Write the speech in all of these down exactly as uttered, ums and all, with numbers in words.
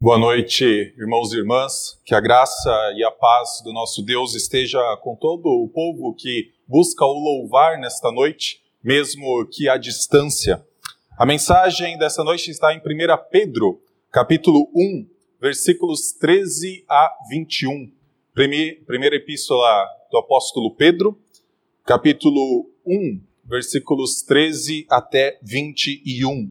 Boa noite, irmãos e irmãs. Que a graça e a paz do nosso Deus esteja com todo o povo que busca o louvar nesta noite, mesmo que à distância. A mensagem dessa noite está em primeira Pedro, capítulo um, versículos treze a vinte e um. Primeira epístola do apóstolo Pedro, capítulo um, versículos treze até vinte e um.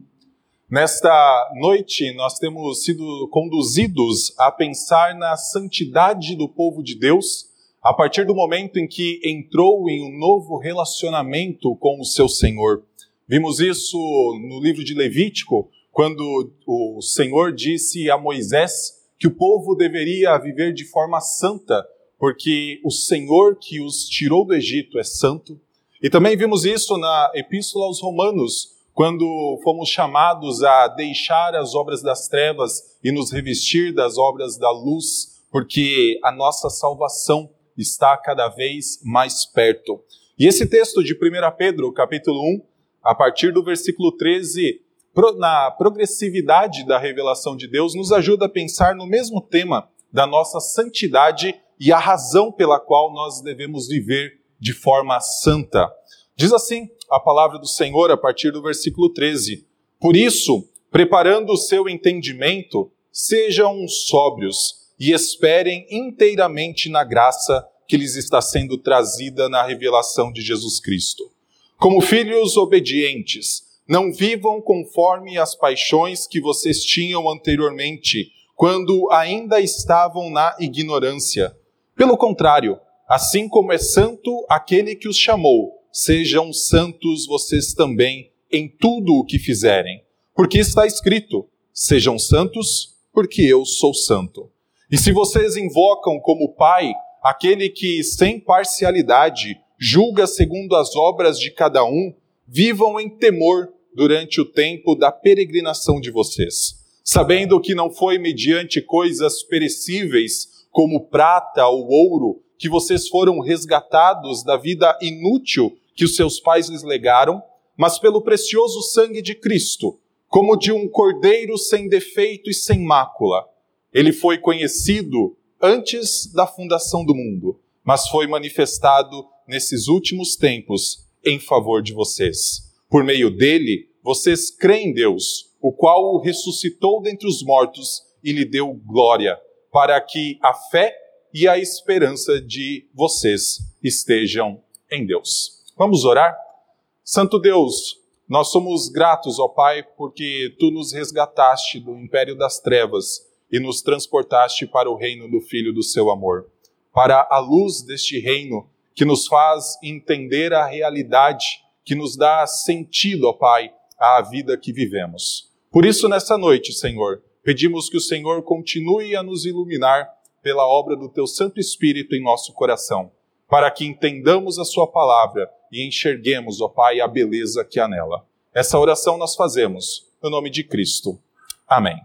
Nesta noite, nós temos sido conduzidos a pensar na santidade do povo de Deus a partir do momento em que entrou em um novo relacionamento com o seu Senhor. Vimos isso no livro de Levítico, quando o Senhor disse a Moisés que o povo deveria viver de forma santa, porque o Senhor que os tirou do Egito é santo. E também vimos isso na Epístola aos Romanos, quando fomos chamados a deixar as obras das trevas e nos revestir das obras da luz, porque a nossa salvação está cada vez mais perto. E esse texto de primeira Pedro, capítulo um, a partir do versículo treze, na progressividade da revelação de Deus, nos ajuda a pensar no mesmo tema da nossa santidade e a razão pela qual nós devemos viver de forma santa. Diz assim a palavra do Senhor a partir do versículo treze. Por isso, preparando o seu entendimento, sejam sóbrios e esperem inteiramente na graça que lhes está sendo trazida na revelação de Jesus Cristo. Como filhos obedientes, não vivam conforme as paixões que vocês tinham anteriormente, quando ainda estavam na ignorância. Pelo contrário, assim como é santo aquele que os chamou, sejam santos vocês também em tudo o que fizerem. Porque está escrito, sejam santos, porque eu sou santo. E se vocês invocam como Pai aquele que, sem parcialidade, julga segundo as obras de cada um, vivam em temor durante o tempo da peregrinação de vocês, sabendo que não foi mediante coisas perecíveis, como prata ou ouro, que vocês foram resgatados da vida inútil que os seus pais lhes legaram, mas pelo precioso sangue de Cristo, como de um cordeiro sem defeito e sem mácula. Ele foi conhecido antes da fundação do mundo, mas foi manifestado nesses últimos tempos em favor de vocês. Por meio dele, vocês creem em Deus, o qual o ressuscitou dentre os mortos e lhe deu glória, para que a fé e a esperança de vocês estejam em Deus. Vamos orar? Santo Deus, nós somos gratos, ó Pai, porque Tu nos resgataste do império das trevas e nos transportaste para o reino do Filho do Seu amor, para a luz deste reino que nos faz entender a realidade, que nos dá sentido, ó Pai, à vida que vivemos. Por isso, nessa noite, Senhor, pedimos que o Senhor continue a nos iluminar pela obra do Teu Santo Espírito em nosso coração, para que entendamos a Sua palavra e enxerguemos, ó Pai, a beleza que há nela. Essa oração nós fazemos no nome de Cristo. Amém.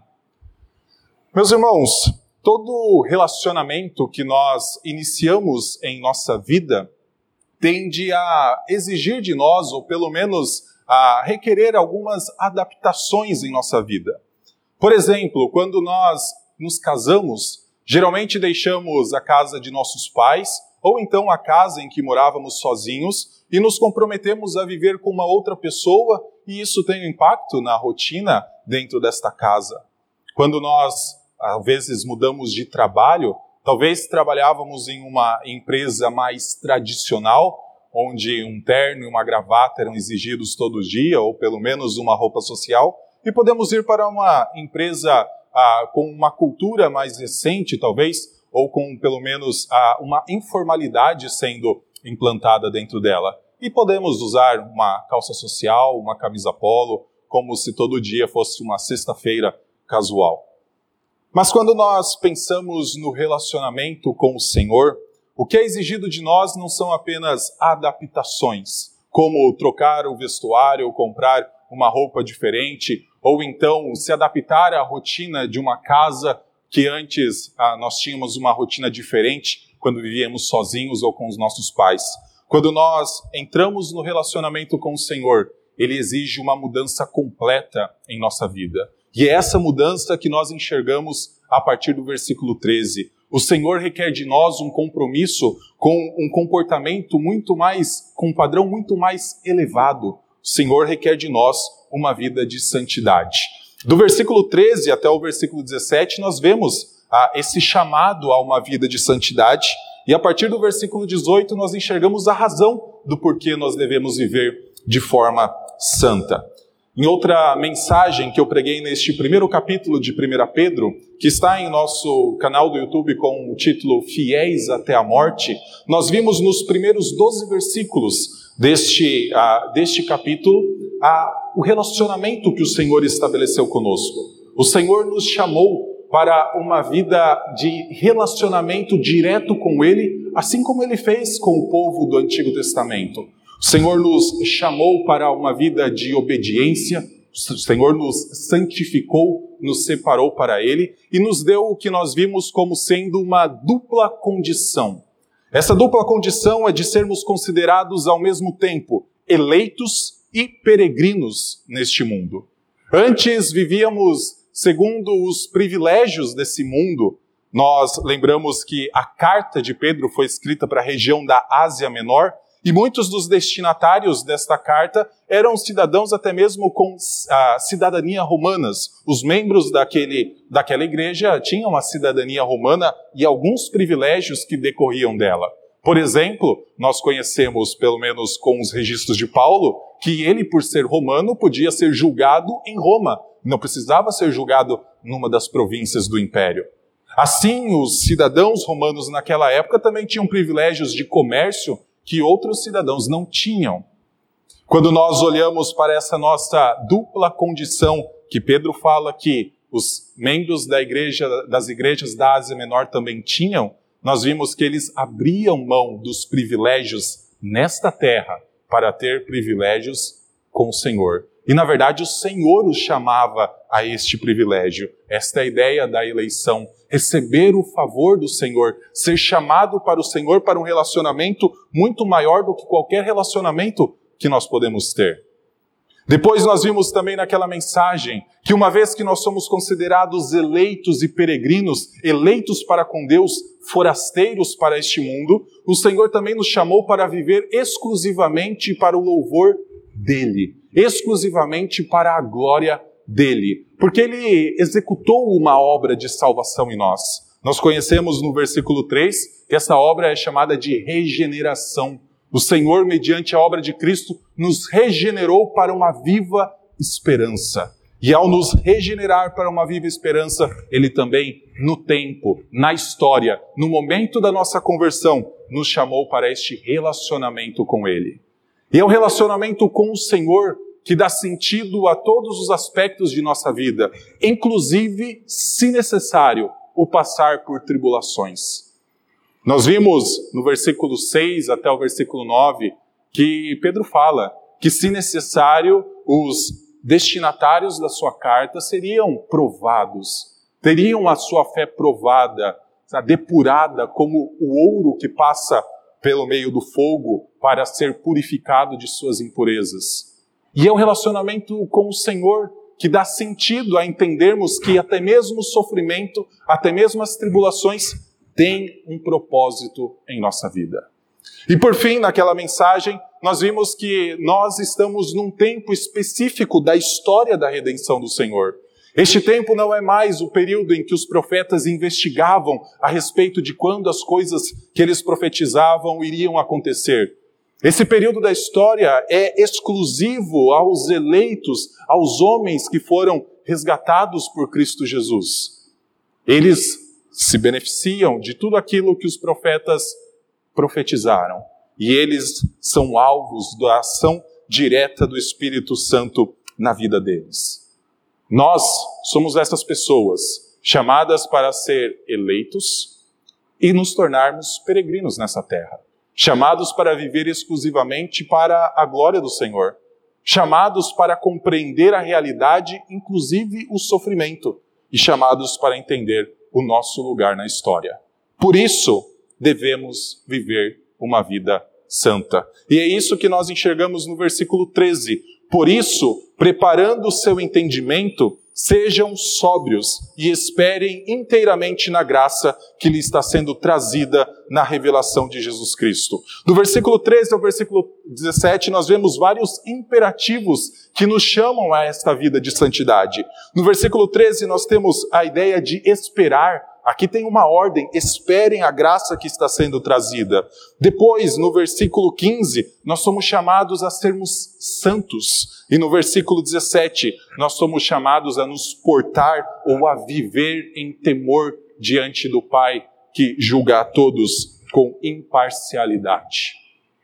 Meus irmãos, todo relacionamento que nós iniciamos em nossa vida tende a exigir de nós, ou pelo menos a requerer algumas adaptações em nossa vida. Por exemplo, quando nós nos casamos, geralmente deixamos a casa de nossos pais, ou então a casa em que morávamos sozinhos, e nos comprometemos a viver com uma outra pessoa, e isso tem um impacto na rotina dentro desta casa. Quando nós, às vezes, mudamos de trabalho, talvez trabalhávamos em uma empresa mais tradicional, onde um terno e uma gravata eram exigidos todo dia, ou pelo menos uma roupa social, e podemos ir para uma empresa ah, com uma cultura mais recente, talvez, ou com pelo menos ah, uma informalidade sendo implantada dentro dela. E podemos usar uma calça social, uma camisa polo, como se todo dia fosse uma sexta-feira casual. Mas quando nós pensamos no relacionamento com o Senhor, o que é exigido de nós não são apenas adaptações, como trocar o vestuário ou comprar uma roupa diferente, ou então se adaptar à rotina de uma casa que antes ah, nós tínhamos uma rotina diferente quando vivíamos sozinhos ou com os nossos pais. Quando nós entramos no relacionamento com o Senhor, Ele exige uma mudança completa em nossa vida. E é essa mudança que nós enxergamos a partir do versículo treze. O Senhor requer de nós um compromisso com um comportamento muito mais, com um padrão muito mais elevado. O Senhor requer de nós uma vida de santidade. Do versículo treze até o versículo dezessete, nós vemos ah, esse chamado a uma vida de santidade. E a partir do versículo dezoito, nós enxergamos a razão do porquê nós devemos viver de forma santa. Em outra mensagem que eu preguei neste primeiro capítulo de primeira Pedro, que está em nosso canal do YouTube com o título Fiéis até a Morte, nós vimos nos primeiros doze versículos deste, uh, deste capítulo uh, o relacionamento que o Senhor estabeleceu conosco. O Senhor nos chamou para uma vida de relacionamento direto com Ele, assim como Ele fez com o povo do Antigo Testamento. O Senhor nos chamou para uma vida de obediência, o Senhor nos santificou, nos separou para Ele e nos deu o que nós vimos como sendo uma dupla condição. Essa dupla condição é de sermos considerados ao mesmo tempo eleitos e peregrinos neste mundo. Antes vivíamos segundo os privilégios desse mundo. Nós lembramos que a carta de Pedro foi escrita para a região da Ásia Menor, e muitos dos destinatários desta carta eram cidadãos até mesmo com a cidadania romanas. Os membros daquele, daquela igreja tinham a cidadania romana e alguns privilégios que decorriam dela. Por exemplo, nós conhecemos, pelo menos com os registros de Paulo, que ele, por ser romano, podia ser julgado em Roma. Não precisava ser julgado numa das províncias do império. Assim, os cidadãos romanos naquela época também tinham privilégios de comércio que outros cidadãos não tinham. Quando nós olhamos para essa nossa dupla condição, que Pedro fala que os membros da igreja, das igrejas da Ásia Menor também tinham, nós vimos que eles abriam mão dos privilégios nesta terra para ter privilégios com o Senhor. E, na verdade, o Senhor os chamava a este privilégio. Esta é a ideia da eleição. Receber o favor do Senhor, ser chamado para o Senhor para um relacionamento muito maior do que qualquer relacionamento que nós podemos ter. Depois nós vimos também naquela mensagem que uma vez que nós somos considerados eleitos e peregrinos, eleitos para com Deus, forasteiros para este mundo, o Senhor também nos chamou para viver exclusivamente para o louvor dEle, exclusivamente para a glória dEle, porque Ele executou uma obra de salvação em nós. Nós conhecemos no versículo três que essa obra é chamada de regeneração. O Senhor, mediante a obra de Cristo, nos regenerou para uma viva esperança. E ao nos regenerar para uma viva esperança, Ele também, no tempo, na história, no momento da nossa conversão, nos chamou para este relacionamento com Ele. E é um relacionamento com o Senhor que dá sentido a todos os aspectos de nossa vida, inclusive, se necessário, o passar por tribulações. Nós vimos no versículo seis até o versículo nove que Pedro fala que, se necessário, os destinatários da sua carta seriam provados, teriam a sua fé provada, depurada como o ouro que passa pelo meio do fogo para ser purificado de suas impurezas. E é um relacionamento com o Senhor que dá sentido a entendermos que até mesmo o sofrimento, até mesmo as tribulações, têm um propósito em nossa vida. E por fim, naquela mensagem, nós vimos que nós estamos num tempo específico da história da redenção do Senhor. Este tempo não é mais o período em que os profetas investigavam a respeito de quando as coisas que eles profetizavam iriam acontecer. Esse período da história é exclusivo aos eleitos, aos homens que foram resgatados por Cristo Jesus. Eles se beneficiam de tudo aquilo que os profetas profetizaram. E eles são alvos da ação direta do Espírito Santo na vida deles. Nós somos essas pessoas chamadas para ser eleitos e nos tornarmos peregrinos nessa terra. Chamados para viver exclusivamente para a glória do Senhor. Chamados para compreender a realidade, inclusive o sofrimento. E chamados para entender o nosso lugar na história. Por isso, devemos viver uma vida santa. E é isso que nós enxergamos no versículo treze. Por isso, preparando o seu entendimento, Sejam sóbrios e esperem inteiramente na graça que lhe está sendo trazida na revelação de Jesus Cristo. Do versículo treze ao versículo dezessete, nós vemos vários imperativos que nos chamam a esta vida de santidade. No versículo treze, nós temos a ideia de esperar. Aqui tem uma ordem: esperem a graça que está sendo trazida. Depois, no versículo quinze, nós somos chamados a sermos santos. E no versículo dezessete, nós somos chamados a nos portar ou a viver em temor diante do Pai, que julga a todos com imparcialidade.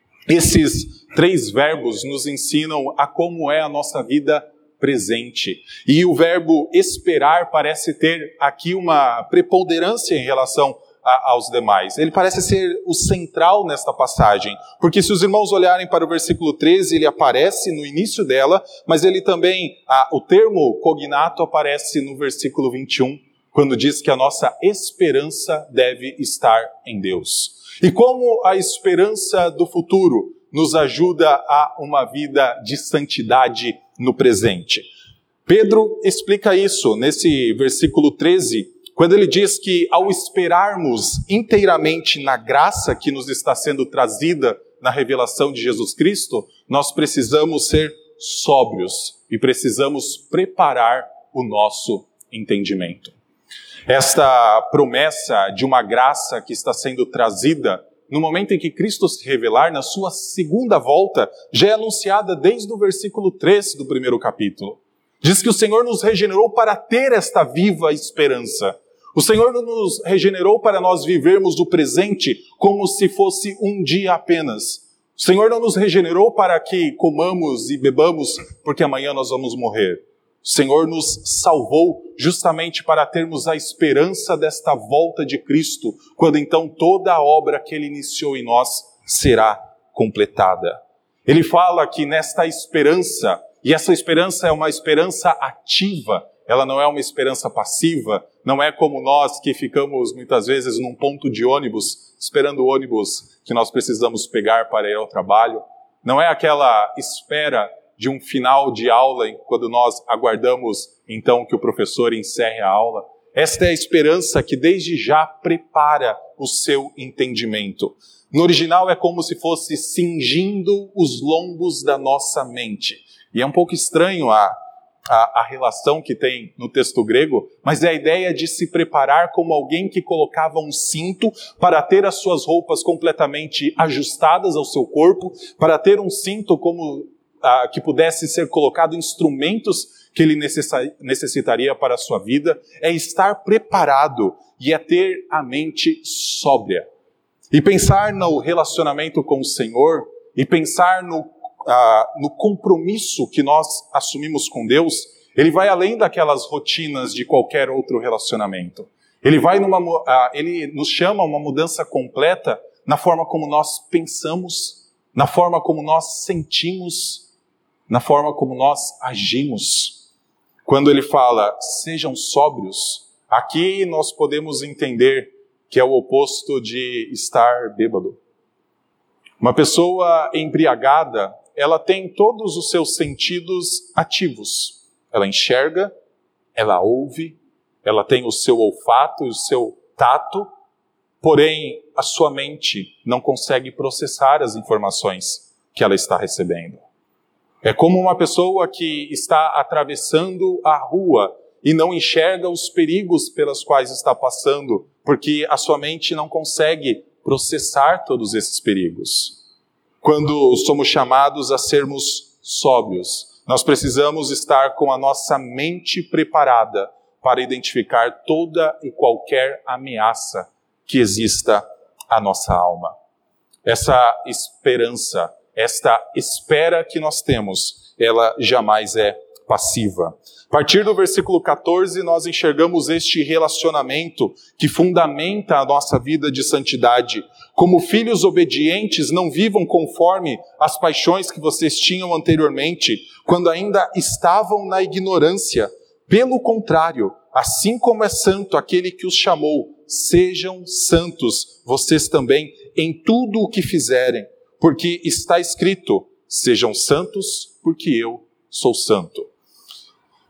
Esses três verbos nos ensinam a como é a nossa vida presente. E o verbo esperar parece ter aqui uma preponderância em relação a, aos demais. Ele parece ser o central nesta passagem, porque se os irmãos olharem para o versículo treze, ele aparece no início dela, mas ele também, a, o termo cognato aparece no versículo vinte e um, quando diz que a nossa esperança deve estar em Deus. E como a esperança do futuro nos ajuda a uma vida de santidade no presente. Pedro explica isso nesse versículo treze, quando ele diz que ao esperarmos inteiramente na graça que nos está sendo trazida na revelação de Jesus Cristo, nós precisamos ser sóbrios e precisamos preparar o nosso entendimento. Esta promessa de uma graça que está sendo trazida no momento em que Cristo se revelar, na sua segunda volta, já é anunciada desde o versículo três do primeiro capítulo. Diz que o Senhor nos regenerou para ter esta viva esperança. O Senhor nos regenerou para nós vivermos o presente como se fosse um dia apenas. O Senhor não nos regenerou para que comamos e bebamos, porque amanhã nós vamos morrer. O Senhor nos salvou justamente para termos a esperança desta volta de Cristo, quando então toda a obra que Ele iniciou em nós será completada. Ele fala que nesta esperança, e essa esperança é uma esperança ativa, ela não é uma esperança passiva, não é como nós que ficamos muitas vezes num ponto de ônibus, esperando o ônibus que nós precisamos pegar para ir ao trabalho. Não é aquela espera de um final de aula, quando nós aguardamos então que o professor encerre a aula. Esta é a esperança que desde já prepara o seu entendimento. No original é como se fosse cingindo os lombos da nossa mente. E é um pouco estranho a, a, a relação que tem no texto grego, mas é a ideia de se preparar como alguém que colocava um cinto para ter as suas roupas completamente ajustadas ao seu corpo, para ter um cinto como Ah, que pudesse ser colocado instrumentos que ele necessitaria para a sua vida, é estar preparado e é ter a mente sóbria. E pensar no relacionamento com o Senhor, e pensar no, ah, no compromisso que nós assumimos com Deus, ele vai além daquelas rotinas de qualquer outro relacionamento. Ele, vai numa, ah, ele nos chama a uma mudança completa na forma como nós pensamos, na forma como nós sentimos, na forma como nós agimos. Quando ele fala, sejam sóbrios, aqui nós podemos entender que é o oposto de estar bêbado. Uma pessoa embriagada, ela tem todos os seus sentidos ativos. Ela enxerga, ela ouve, ela tem o seu olfato e o seu tato, porém a sua mente não consegue processar as informações que ela está recebendo. É como uma pessoa que está atravessando a rua e não enxerga os perigos pelos quais está passando, porque a sua mente não consegue processar todos esses perigos. Quando somos chamados a sermos sóbrios, nós precisamos estar com a nossa mente preparada para identificar toda e qualquer ameaça que exista à nossa alma. Essa esperança, esta espera que nós temos, ela jamais é passiva. A partir do versículo catorze, nós enxergamos este relacionamento que fundamenta a nossa vida de santidade. Como filhos obedientes, não vivam conforme as paixões que vocês tinham anteriormente, quando ainda estavam na ignorância. Pelo contrário, assim como é santo aquele que os chamou, sejam santos vocês também em tudo o que fizerem. Porque está escrito, sejam santos, porque eu sou santo.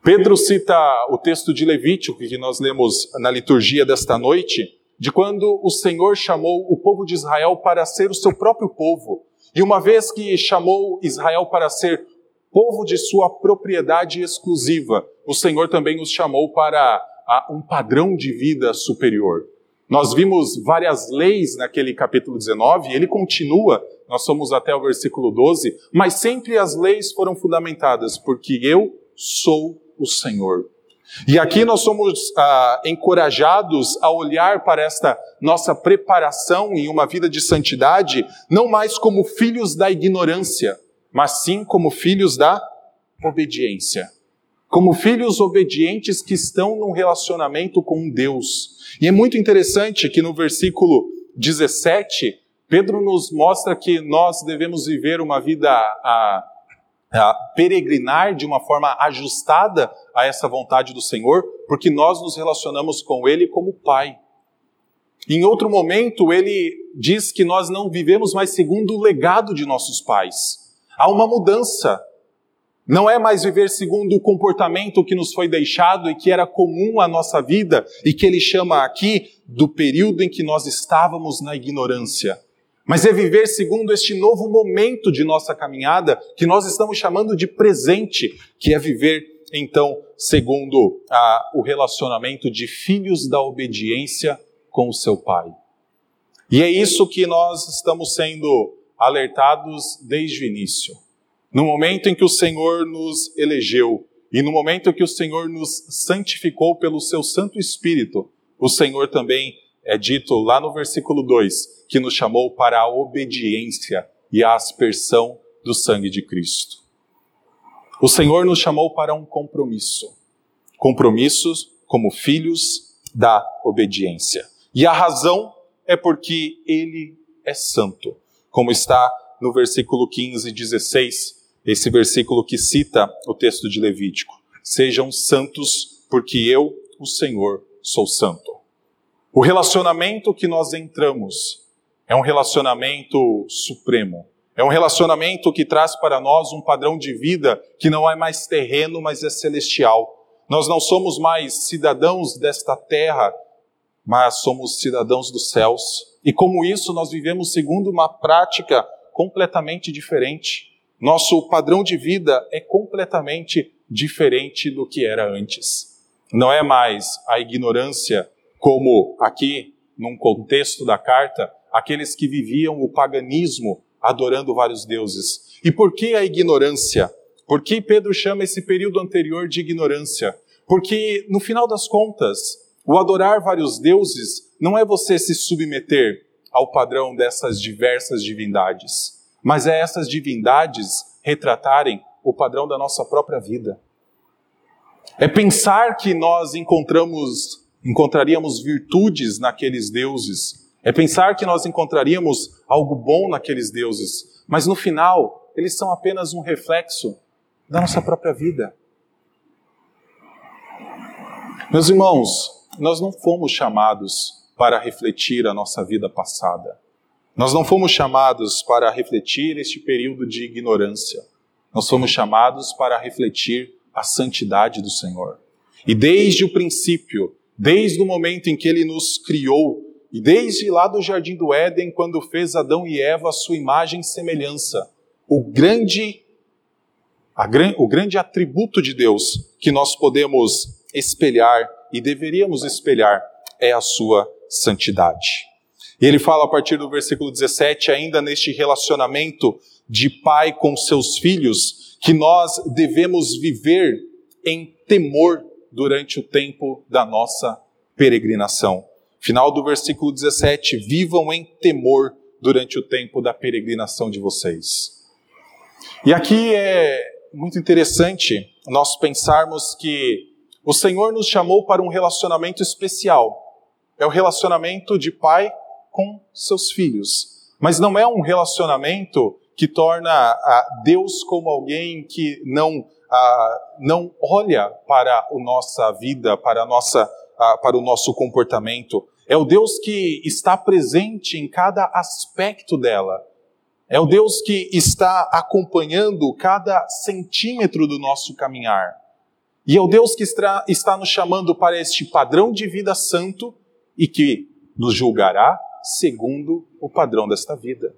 Pedro cita o texto de Levítico, que nós lemos na liturgia desta noite, de quando o Senhor chamou o povo de Israel para ser o seu próprio povo. E uma vez que chamou Israel para ser povo de sua propriedade exclusiva, o Senhor também os chamou para um padrão de vida superior. Nós vimos várias leis naquele capítulo dezenove, ele continua, nós somos até o versículo doze, mas sempre as leis foram fundamentadas, porque eu sou o Senhor. E aqui nós somos ah, encorajados a olhar para esta nossa preparação em uma vida de santidade, não mais como filhos da ignorância, mas sim como filhos da obediência. Como filhos obedientes que estão num relacionamento com Deus. E é muito interessante que no versículo dezessete, Pedro nos mostra que nós devemos viver uma vida a, a peregrinar de uma forma ajustada a essa vontade do Senhor, porque nós nos relacionamos com Ele como Pai. Em outro momento, ele diz que nós não vivemos mais segundo o legado de nossos pais. Há uma mudança. Não é mais viver segundo o comportamento que nos foi deixado e que era comum à nossa vida e que ele chama aqui do período em que nós estávamos na ignorância. Mas é viver segundo este novo momento de nossa caminhada que nós estamos chamando de presente, que é viver, então, segundo ah, o relacionamento de filhos da obediência com o seu Pai. E é isso que nós estamos sendo alertados desde o início. No momento em que o Senhor nos elegeu e no momento em que o Senhor nos santificou pelo seu Santo Espírito, o Senhor também é dito lá no versículo dois, que nos chamou para a obediência e a aspersão do sangue de Cristo. O Senhor nos chamou para um compromisso. Compromissos como filhos da obediência. E a razão é porque Ele é santo. Como está no versículo quinze e dezesseis, esse versículo que cita o texto de Levítico. Sejam santos, porque eu, o Senhor, sou santo. O relacionamento que nós entramos é um relacionamento supremo. É um relacionamento que traz para nós um padrão de vida que não é mais terreno, mas é celestial. Nós não somos mais cidadãos desta terra, mas somos cidadãos dos céus. E como isso, nós vivemos segundo uma prática completamente diferente. Nosso padrão de vida é completamente diferente do que era antes. Não é mais a ignorância, como aqui, num contexto da carta, aqueles que viviam o paganismo adorando vários deuses. E por que a ignorância? Por que Pedro chama esse período anterior de ignorância? Porque, no final das contas, o adorar vários deuses não é você se submeter ao padrão dessas diversas divindades, mas é essas divindades retratarem o padrão da nossa própria vida. É pensar que nós encontramos, encontraríamos virtudes naqueles deuses. É pensar que nós encontraríamos algo bom naqueles deuses. Mas no final, eles são apenas um reflexo da nossa própria vida. Meus irmãos, nós não fomos chamados para refletir a nossa vida passada. Nós não fomos chamados para refletir este período de ignorância. Nós fomos chamados para refletir a santidade do Senhor. E desde o princípio, desde o momento em que Ele nos criou, e desde lá do Jardim do Éden, quando fez Adão e Eva a sua imagem e semelhança, o grande, a, o grande atributo de Deus que nós podemos espelhar e deveríamos espelhar é a sua santidade. E ele fala a partir do versículo dezessete, ainda neste relacionamento de pai com seus filhos, que nós devemos viver em temor durante o tempo da nossa peregrinação. Final do versículo dezessete, vivam em temor durante o tempo da peregrinação de vocês. E aqui é muito interessante nós pensarmos que o Senhor nos chamou para um relacionamento especial. É o relacionamento de pai com seus filhos. Mas não é um relacionamento que torna a Deus como alguém que não, a, não olha para a nossa vida, para, a nossa, a, para o nosso comportamento. É o Deus que está presente em cada aspecto dela. É o Deus que está acompanhando cada centímetro do nosso caminhar. E é o Deus que está, está nos chamando para este padrão de vida santo e que nos julgará segundo o padrão desta vida.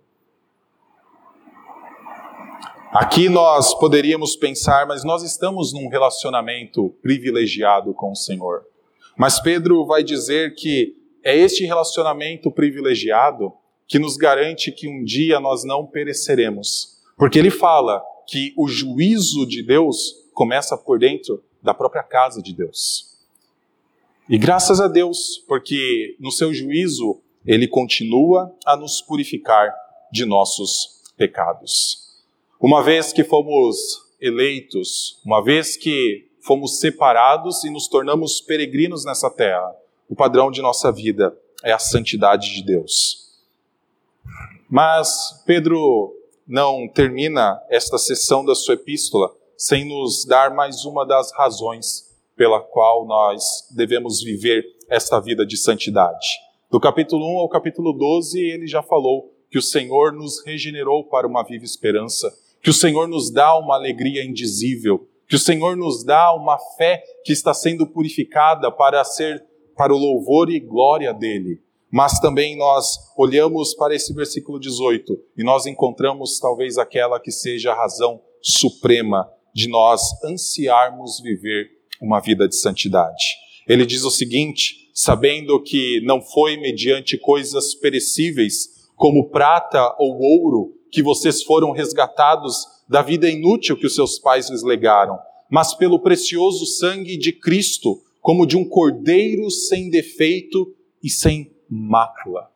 Aqui nós poderíamos pensar, mas nós estamos num relacionamento privilegiado com o Senhor. Mas Pedro vai dizer que é este relacionamento privilegiado que nos garante que um dia nós não pereceremos. Porque ele fala que o juízo de Deus começa por dentro da própria casa de Deus. E graças a Deus, porque no seu juízo ele continua a nos purificar de nossos pecados. Uma vez que fomos eleitos, uma vez que fomos separados e nos tornamos peregrinos nessa terra, o padrão de nossa vida é a santidade de Deus. Mas Pedro não termina esta sessão da sua epístola sem nos dar mais uma das razões pela qual nós devemos viver esta vida de santidade. Do capítulo um ao capítulo doze, ele já falou que o Senhor nos regenerou para uma viva esperança, que o Senhor nos dá uma alegria indizível, que o Senhor nos dá uma fé que está sendo purificada para ser para o louvor e glória dele. Mas também nós olhamos para esse versículo dezoito e nós encontramos talvez aquela que seja a razão suprema de nós ansiarmos viver uma vida de santidade. Ele diz o seguinte: sabendo que não foi mediante coisas perecíveis, como prata ou ouro, que vocês foram resgatados da vida inútil que os seus pais lhes legaram, mas pelo precioso sangue de Cristo, como de um cordeiro sem defeito e sem mácula.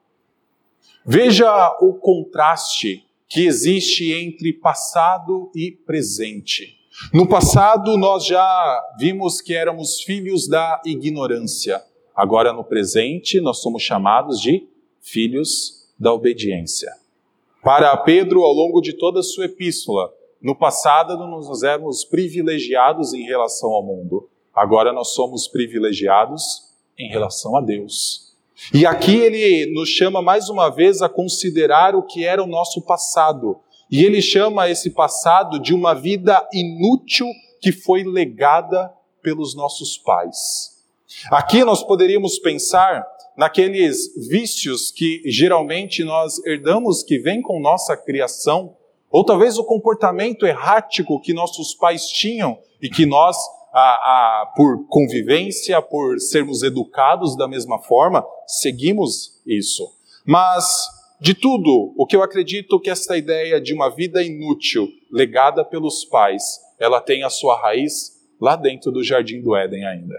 Veja o contraste que existe entre passado e presente. No passado nós já vimos que éramos filhos da ignorância. Agora no presente nós somos chamados de filhos da obediência. Para Pedro, ao longo de toda a sua epístola, no passado nós éramos privilegiados em relação ao mundo. Agora nós somos privilegiados em relação a Deus. E aqui ele nos chama mais uma vez a considerar o que era o nosso passado. E ele chama esse passado de uma vida inútil que foi legada pelos nossos pais. Aqui nós poderíamos pensar naqueles vícios que geralmente nós herdamos, que vêm com nossa criação, ou talvez o comportamento errático que nossos pais tinham e que nós, a, a, por convivência, por sermos educados da mesma forma, seguimos isso. Mas, de tudo, o que eu acredito que esta ideia de uma vida inútil legada pelos pais, ela tem a sua raiz lá dentro do Jardim do Éden ainda.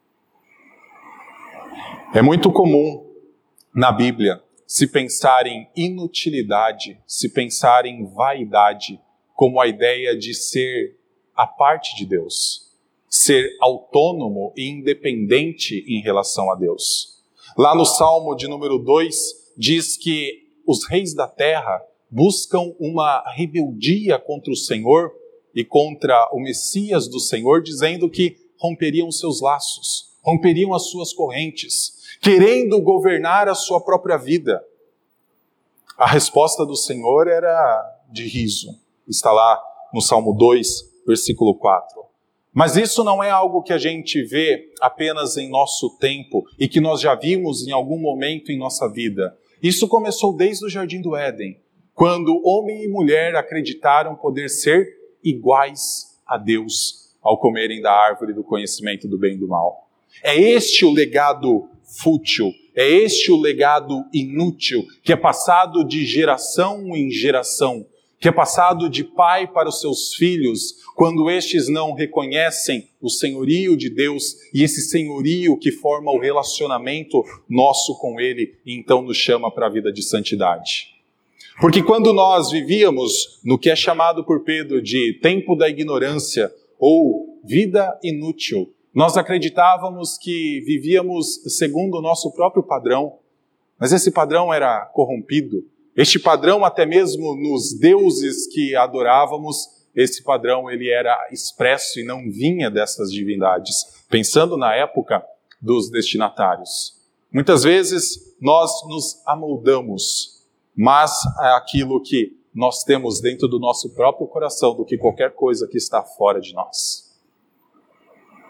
É muito comum na Bíblia se pensar em inutilidade, se pensar em vaidade, como a ideia de ser a parte de Deus, ser autônomo e independente em relação a Deus. Lá no Salmo de número dois, diz que os reis da terra buscam uma rebeldia contra o Senhor e contra o Messias do Senhor, dizendo que romperiam seus laços, romperiam as suas correntes, querendo governar a sua própria vida. A resposta do Senhor era de riso. Está lá no Salmo dois, versículo quatro. Mas isso não é algo que a gente vê apenas em nosso tempo e que nós já vimos em algum momento em nossa vida. Isso começou desde o Jardim do Éden, quando homem e mulher acreditaram poder ser iguais a Deus ao comerem da árvore do conhecimento do bem e do mal. É este o legado fútil, é este o legado inútil, que é passado de geração em geração, que é passado de pai para os seus filhos, quando estes não reconhecem o senhorio de Deus e esse senhorio que forma o relacionamento nosso com Ele, e então nos chama para a vida de santidade. Porque quando nós vivíamos no que é chamado por Pedro de tempo da ignorância ou vida inútil, nós acreditávamos que vivíamos segundo o nosso próprio padrão, mas esse padrão era corrompido. Este padrão, até mesmo nos deuses que adorávamos, esse padrão ele era expresso e não vinha dessas divindades, pensando na época dos destinatários. Muitas vezes nós nos amoldamos, mas é aquilo que nós temos dentro do nosso próprio coração do que qualquer coisa que está fora de nós.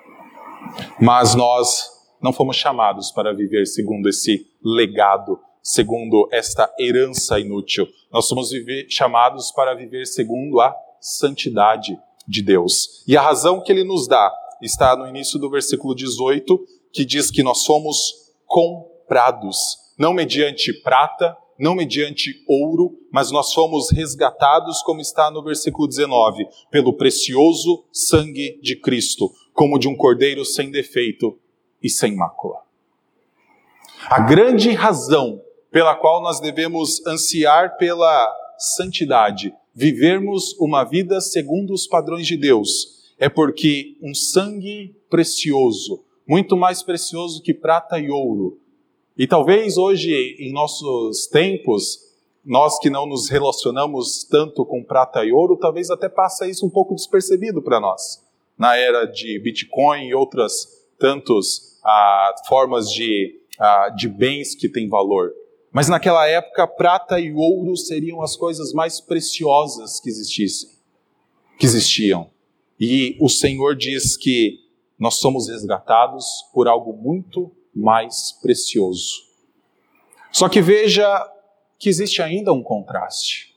Mas nós não fomos chamados para viver segundo esse legado, segundo esta herança inútil. Nós somos viver, chamados para viver segundo a santidade de Deus. E a razão que ele nos dá está no início do versículo dezoito, que diz que nós somos comprados, não mediante prata, não mediante ouro, mas nós fomos resgatados, como está no versículo dezenove, pelo precioso sangue de Cristo, como de um cordeiro sem defeito e sem mácula. A grande razão pela qual nós devemos ansiar pela santidade, vivermos uma vida segundo os padrões de Deus, é porque um sangue precioso, muito mais precioso que prata e ouro, e talvez hoje, em nossos tempos, nós que não nos relacionamos tanto com prata e ouro, talvez até passe isso um pouco despercebido para nós. Na era de Bitcoin e outras tantas ah, formas de, ah, de bens que têm valor. Mas naquela época, prata e ouro seriam as coisas mais preciosas que existissem, que existiam. E o Senhor diz que nós somos resgatados por algo muito mais precioso. Só que veja que existe ainda um contraste.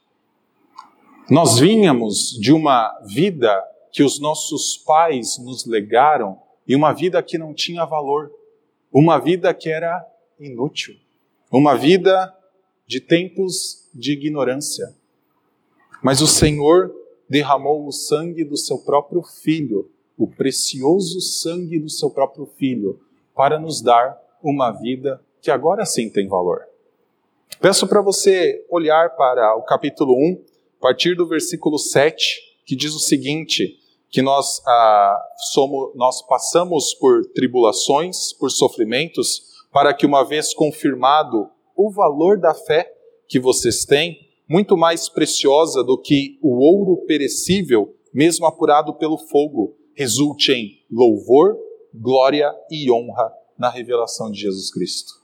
Nós vínhamos de uma vida que os nossos pais nos legaram e uma vida que não tinha valor, uma vida que era inútil, uma vida de tempos de ignorância. Mas o Senhor derramou o sangue do seu próprio Filho, o precioso sangue do seu próprio Filho, para nos dar uma vida que agora sim tem valor. Peço para você olhar para o capítulo um, a partir do versículo sete, que diz o seguinte, que nós, ah, somos, nós passamos por tribulações, por sofrimentos, para que uma vez confirmado o valor da fé que vocês têm, muito mais preciosa do que o ouro perecível, mesmo apurado pelo fogo, resulte em louvor, glória e honra na revelação de Jesus Cristo.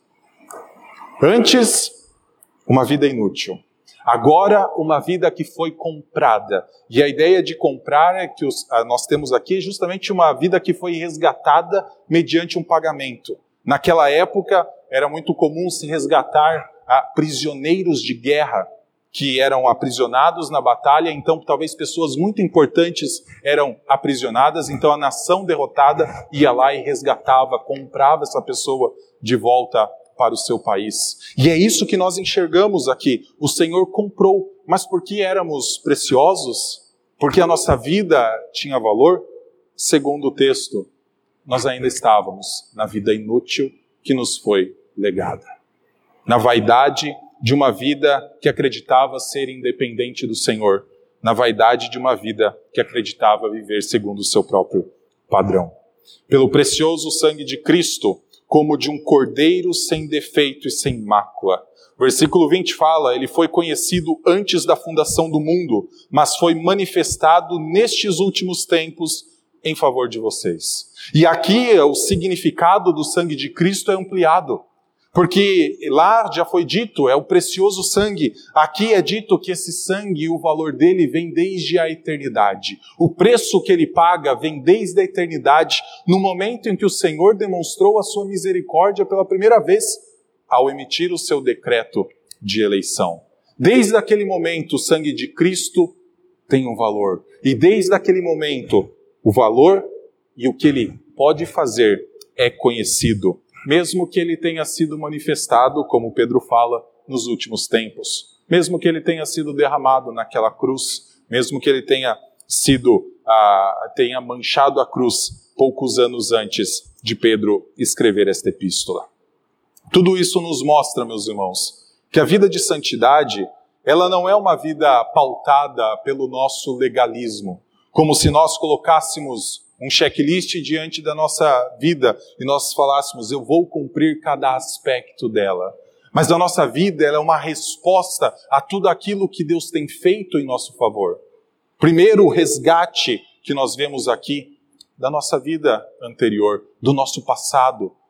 Antes, uma vida inútil. Agora, uma vida que foi comprada. E a ideia de comprar é que os, nós temos aqui justamente uma vida que foi resgatada mediante um pagamento. Naquela época, era muito comum se resgatar a prisioneiros de guerra que eram aprisionados na batalha, então talvez pessoas muito importantes eram aprisionadas, então a nação derrotada ia lá e resgatava, comprava essa pessoa de volta para o seu país. E é isso que nós enxergamos aqui. O Senhor comprou, mas porque éramos preciosos, porque a nossa vida tinha valor, segundo o texto, nós ainda estávamos na vida inútil que nos foi legada. Na vaidade de uma vida que acreditava ser independente do Senhor, na vaidade de uma vida que acreditava viver segundo o seu próprio padrão. Pelo precioso sangue de Cristo, como de um cordeiro sem defeito e sem mácula. Versículo vinte fala, ele foi conhecido antes da fundação do mundo, mas foi manifestado nestes últimos tempos em favor de vocês. E aqui o significado do sangue de Cristo é ampliado. Porque lá já foi dito, é o precioso sangue. Aqui é dito que esse sangue, o valor dele vem desde a eternidade. O preço que ele paga vem desde a eternidade, no momento em que o Senhor demonstrou a sua misericórdia pela primeira vez, ao emitir o seu decreto de eleição. Desde aquele momento, o sangue de Cristo tem um valor. E desde aquele momento, o valor e o que ele pode fazer é conhecido. Mesmo que ele tenha sido manifestado, como Pedro fala, nos últimos tempos. Mesmo que ele tenha sido derramado naquela cruz. Mesmo que ele tenha sido, ah, tenha manchado a cruz poucos anos antes de Pedro escrever esta epístola. Tudo isso nos mostra, meus irmãos, que a vida de santidade, ela não é uma vida pautada pelo nosso legalismo. Como se nós colocássemos um checklist diante da nossa vida e nós falássemos, eu vou cumprir cada aspecto dela. Mas a nossa vida ela é uma resposta a tudo aquilo que Deus tem feito em nosso favor. Primeiro, o resgate que nós vemos aqui da nossa vida anterior, do nosso passado.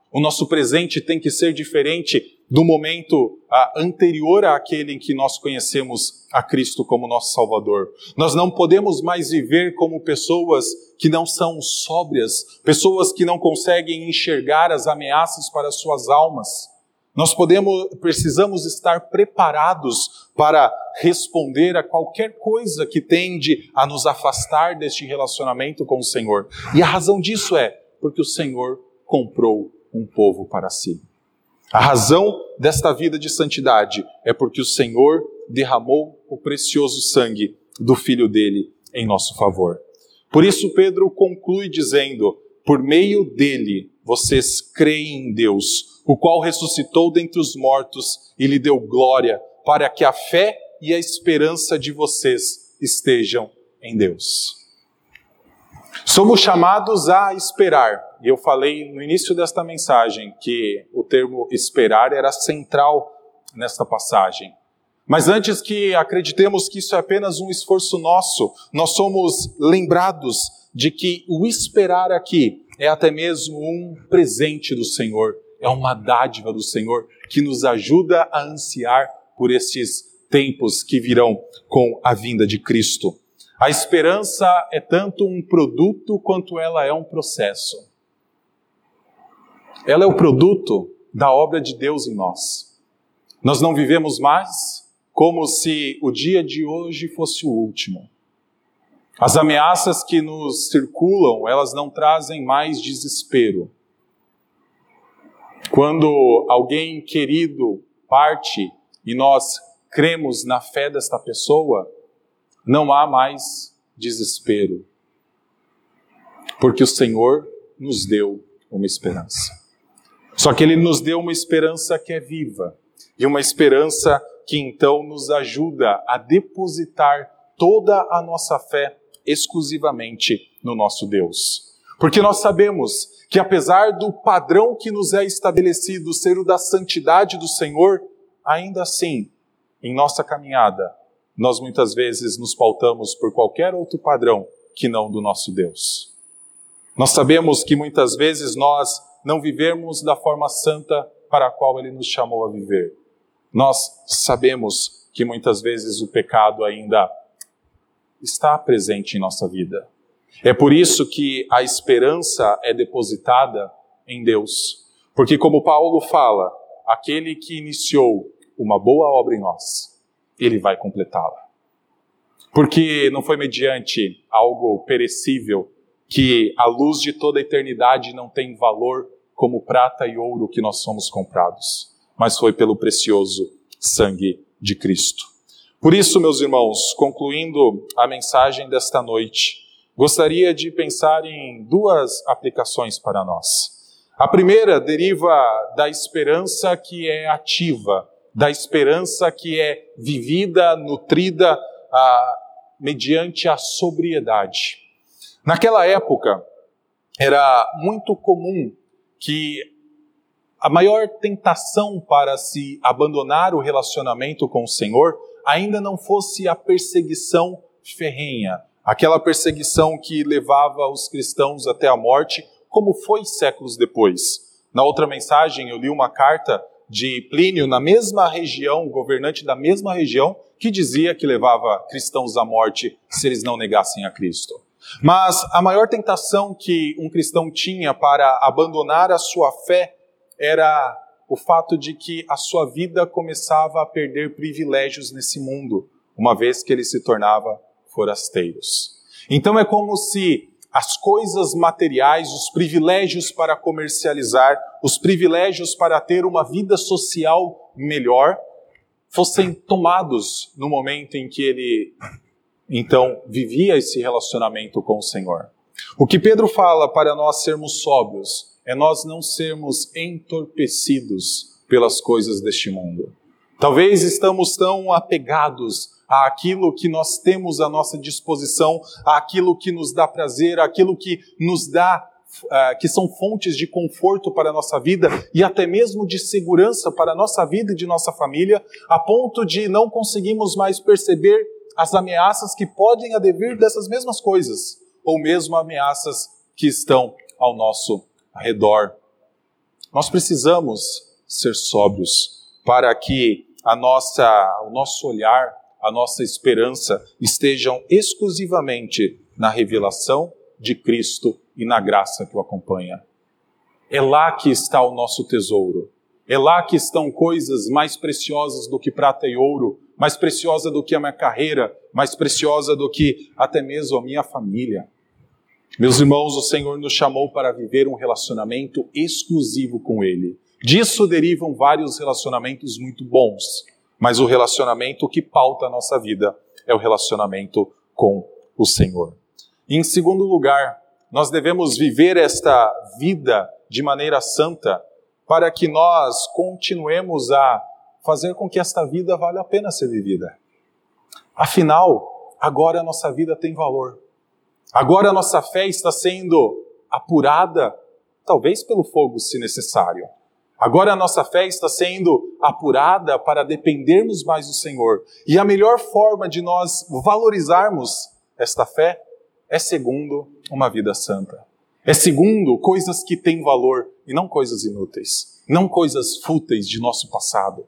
O nosso presente tem que ser diferente do momento ah, anterior àquele em que nós conhecemos a Cristo como nosso Salvador. Nós não podemos mais viver como pessoas que não são sóbrias, pessoas que não conseguem enxergar as ameaças para suas almas. Nós podemos, precisamos estar preparados para responder a qualquer coisa que tende a nos afastar deste relacionamento com o Senhor. E a razão disso é porque o Senhor comprou um povo para si. A razão desta vida de santidade é porque o Senhor derramou o precioso sangue do Filho dele em nosso favor. Por isso Pedro conclui dizendo, por meio dele vocês creem em Deus, o qual ressuscitou dentre os mortos e lhe deu glória, para que a fé e a esperança de vocês estejam em Deus. Somos chamados a esperar. E eu falei no início desta mensagem que o termo esperar era central nesta passagem. Mas antes que acreditemos que isso é apenas um esforço nosso, nós somos lembrados de que o esperar aqui é até mesmo um presente do Senhor, é uma dádiva do Senhor que nos ajuda a ansiar por esses tempos que virão com a vinda de Cristo. A esperança é tanto um produto quanto ela é um processo. Ela é o produto da obra de Deus em nós. Nós não vivemos mais como se o dia de hoje fosse o último. As ameaças que nos circulam, elas não trazem mais desespero. Quando alguém querido parte e nós cremos na fé desta pessoa, não há mais desespero. Porque o Senhor nos deu uma esperança. Só que Ele nos deu uma esperança que é viva. E uma esperança que então nos ajuda a depositar toda a nossa fé exclusivamente no nosso Deus. Porque nós sabemos que apesar do padrão que nos é estabelecido ser o da santidade do Senhor, ainda assim, em nossa caminhada, nós muitas vezes nos pautamos por qualquer outro padrão que não do nosso Deus. Nós sabemos que muitas vezes nós não vivemos da forma santa para a qual Ele nos chamou a viver. Nós sabemos que muitas vezes o pecado ainda está presente em nossa vida. É por isso que a esperança é depositada em Deus. Porque como Paulo fala, aquele que iniciou uma boa obra em nós, Ele vai completá-la. Porque não foi mediante algo perecível que a luz de toda a eternidade não tem valor como prata e ouro que nós somos comprados, mas foi pelo precioso sangue de Cristo. Por isso, meus irmãos, concluindo a mensagem desta noite, gostaria de pensar em duas aplicações para nós. A primeira deriva da esperança que é ativa, da esperança que é vivida, nutrida ah, mediante a sobriedade. Naquela época, era muito comum que a maior tentação para se abandonar o relacionamento com o Senhor ainda não fosse a perseguição ferrenha, aquela perseguição que levava os cristãos até a morte, como foi séculos depois. Na outra mensagem, eu li uma carta de Plínio, na mesma região, governante da mesma região, que dizia que levava cristãos à morte se eles não negassem a Cristo. Mas a maior tentação que um cristão tinha para abandonar a sua fé era o fato de que a sua vida começava a perder privilégios nesse mundo, uma vez que ele se tornava forasteiros. Então é como se as coisas materiais, os privilégios para comercializar, os privilégios para ter uma vida social melhor, fossem tomados no momento em que ele, então, vivia esse relacionamento com o Senhor. O que Pedro fala para nós sermos sóbrios é nós não sermos entorpecidos pelas coisas deste mundo. Talvez estamos tão apegados àquilo que nós temos à nossa disposição, àquilo que nos dá prazer, àquilo que nos dá, uh, que são fontes de conforto para a nossa vida e até mesmo de segurança para a nossa vida e de nossa família, a ponto de não conseguirmos mais perceber as ameaças que podem advir dessas mesmas coisas, ou mesmo ameaças que estão ao nosso redor. Nós precisamos ser sóbrios para que a nossa, o nosso olhar, a nossa esperança estejam exclusivamente na revelação de Cristo e na graça que o acompanha. É lá que está o nosso tesouro. É lá que estão coisas mais preciosas do que prata e ouro, mais preciosa do que a minha carreira, mais preciosa do que até mesmo a minha família. Meus irmãos, o Senhor nos chamou para viver um relacionamento exclusivo com Ele. Disso derivam vários relacionamentos muito bons, mas o relacionamento que pauta a nossa vida é o relacionamento com o Senhor. E em segundo lugar, nós devemos viver esta vida de maneira santa para que nós continuemos a fazer com que esta vida valha a pena ser vivida. Afinal, agora a nossa vida tem valor. Agora a nossa fé está sendo apurada, talvez pelo fogo, se necessário. Agora a nossa fé está sendo apurada para dependermos mais do Senhor. E a melhor forma de nós valorizarmos esta fé é segundo uma vida santa. É segundo coisas que têm valor e não coisas inúteis, não coisas fúteis de nosso passado.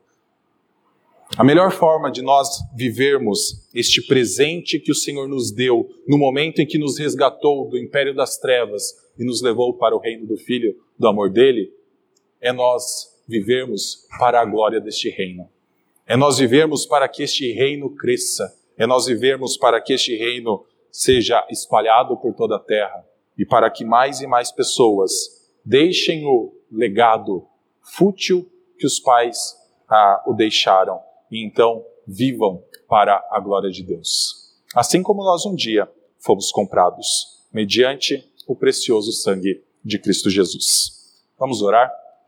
A melhor forma de nós vivermos este presente que o Senhor nos deu no momento em que nos resgatou do império das trevas e nos levou para o reino do Filho, do amor dele, é nós vivermos para a glória deste reino. É nós vivermos para que este reino cresça. É nós vivermos para que este reino seja espalhado por toda a terra e para que mais e mais pessoas deixem o legado fútil que os pais ah, o deixaram e então vivam para a glória de Deus. Assim como nós um dia fomos comprados mediante o precioso sangue de Cristo Jesus. Vamos orar?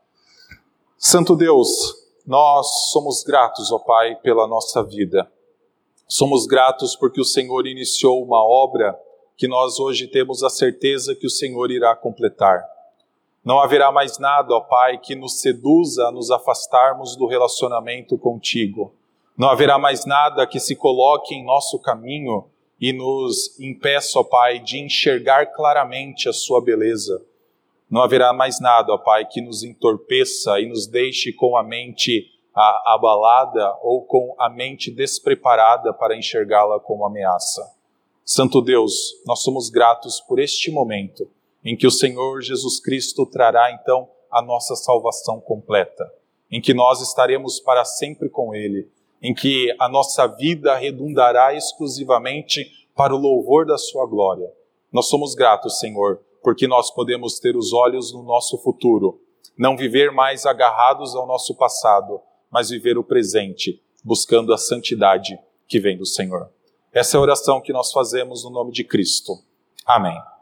Santo Deus, nós somos gratos, ó Pai, pela nossa vida. Somos gratos porque o Senhor iniciou uma obra que nós hoje temos a certeza que o Senhor irá completar. Não haverá mais nada, ó Pai, que nos seduza a nos afastarmos do relacionamento contigo. Não haverá mais nada que se coloque em nosso caminho e nos impeça, ó Pai, de enxergar claramente a sua beleza. Não haverá mais nada, ó Pai, que nos entorpeça e nos deixe com a mente a, abalada ou com a mente despreparada para enxergá-la como ameaça. Santo Deus, nós somos gratos por este momento em que o Senhor Jesus Cristo trará então a nossa salvação completa, em que nós estaremos para sempre com Ele, em que a nossa vida redundará exclusivamente para o louvor da sua glória. Nós somos gratos, Senhor, porque nós podemos ter os olhos no nosso futuro, não viver mais agarrados ao nosso passado, mas viver o presente, buscando a santidade que vem do Senhor. Essa é a oração que nós fazemos no nome de Cristo. Amém.